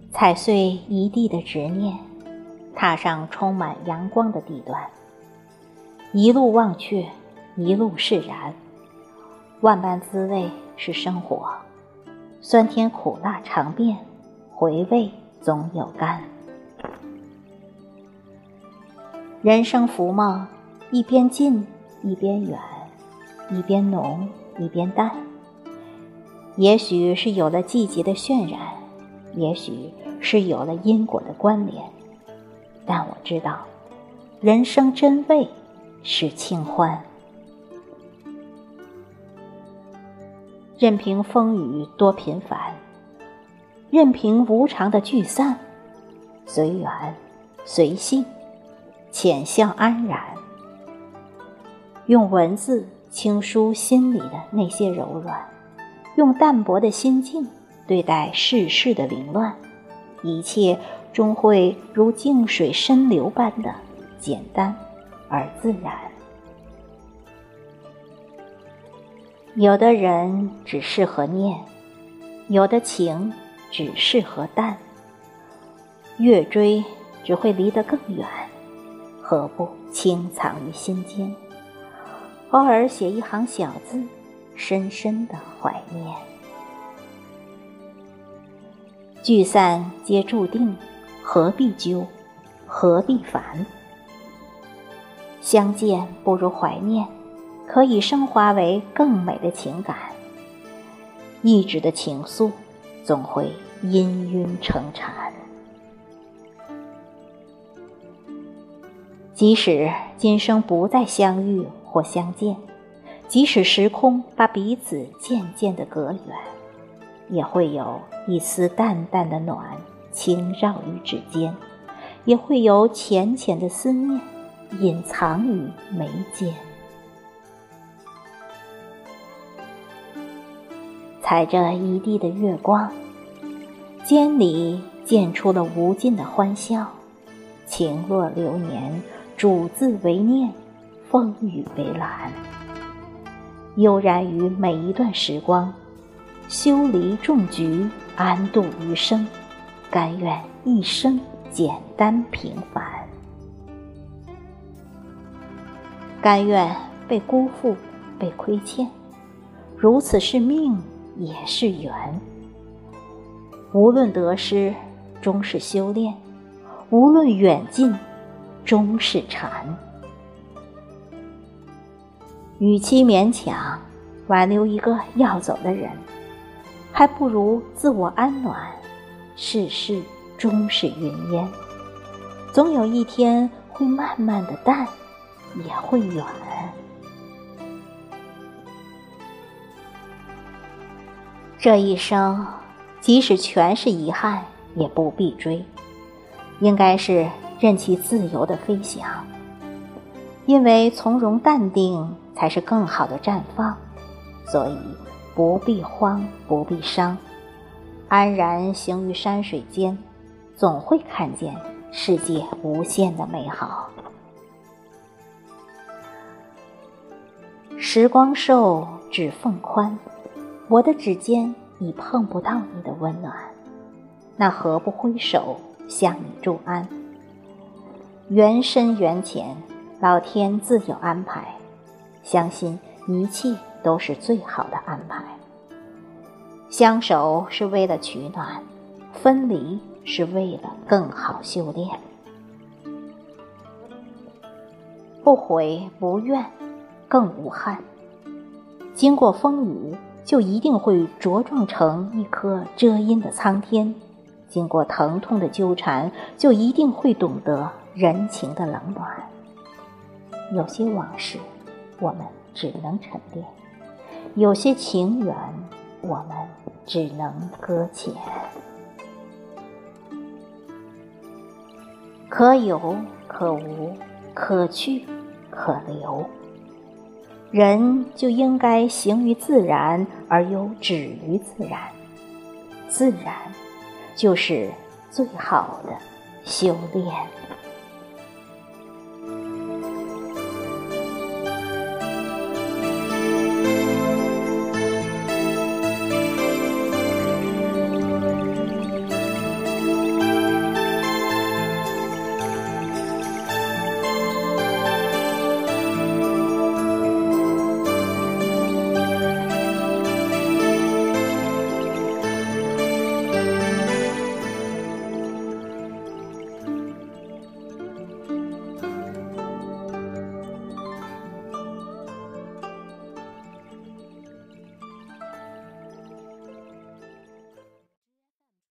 踩碎一地的执念，踏上充满阳光的地段。一路忘却，一路释然。万般滋味是生活，酸甜苦辣尝遍，回味总有甘。人生浮梦，一边近一边远，一边浓一边淡。也许是有了季节的渲染，也许是有了因果的关联，但我知道，人生真味是清欢。任凭风雨多频繁，任凭无常的聚散，随缘随性，浅笑安然。用文字倾抒心里的那些柔软，用淡泊的心境对待世事的凌乱，一切终会如静水深流般的简单而自然。有的人只适合念，有的情只适合淡。越追只会离得更远，何不轻藏于心间，偶尔写一行小字，深深的怀念。聚散皆注定，何必纠，何必烦？相见不如怀念，可以升华为更美的情感。一纸的情愫，总会氤氲成禅。即使今生不再相遇或相见，即使时空把彼此渐渐地隔远，也会有一丝淡淡的暖轻绕于指尖，也会有浅浅的思念隐藏于眉间。踩着一地的月光，间里溅出了无尽的欢笑。情若流年，主字为念，风雨为澜。悠然于每一段时光，修篱种菊，安度余生，甘愿一生简单平凡。甘愿被辜负，被亏欠，如此是命，也是缘。无论得失，终是修炼；无论远近，终是禅。与其勉强挽留一个要走的人，还不如自我安暖。世事终是云烟，总有一天会慢慢的淡，也会远。这一生，即使全是遗憾，也不必追，应该是任其自由的飞翔。因为从容淡定才是更好的绽放，所以不必慌，不必伤，安然行于山水间，总会看见世界无限的美好。时光瘦，指缝宽，我的指尖已碰不到你的温暖，那何不挥手向你祝安？缘深缘浅，老天自有安排，相信一切都是最好的安排。相守是为了取暖，分离是为了更好修炼。不悔不怨，更无憾。经过风雨，就一定会茁壮成一棵遮阴的苍天；经过疼痛的纠缠，就一定会懂得人情的冷暖。有些往事，我们只能沉淀；有些情缘，我们只能搁浅。可有可无，可去可留。人就应该行于自然，而又止于自然。自然就是最好的修炼。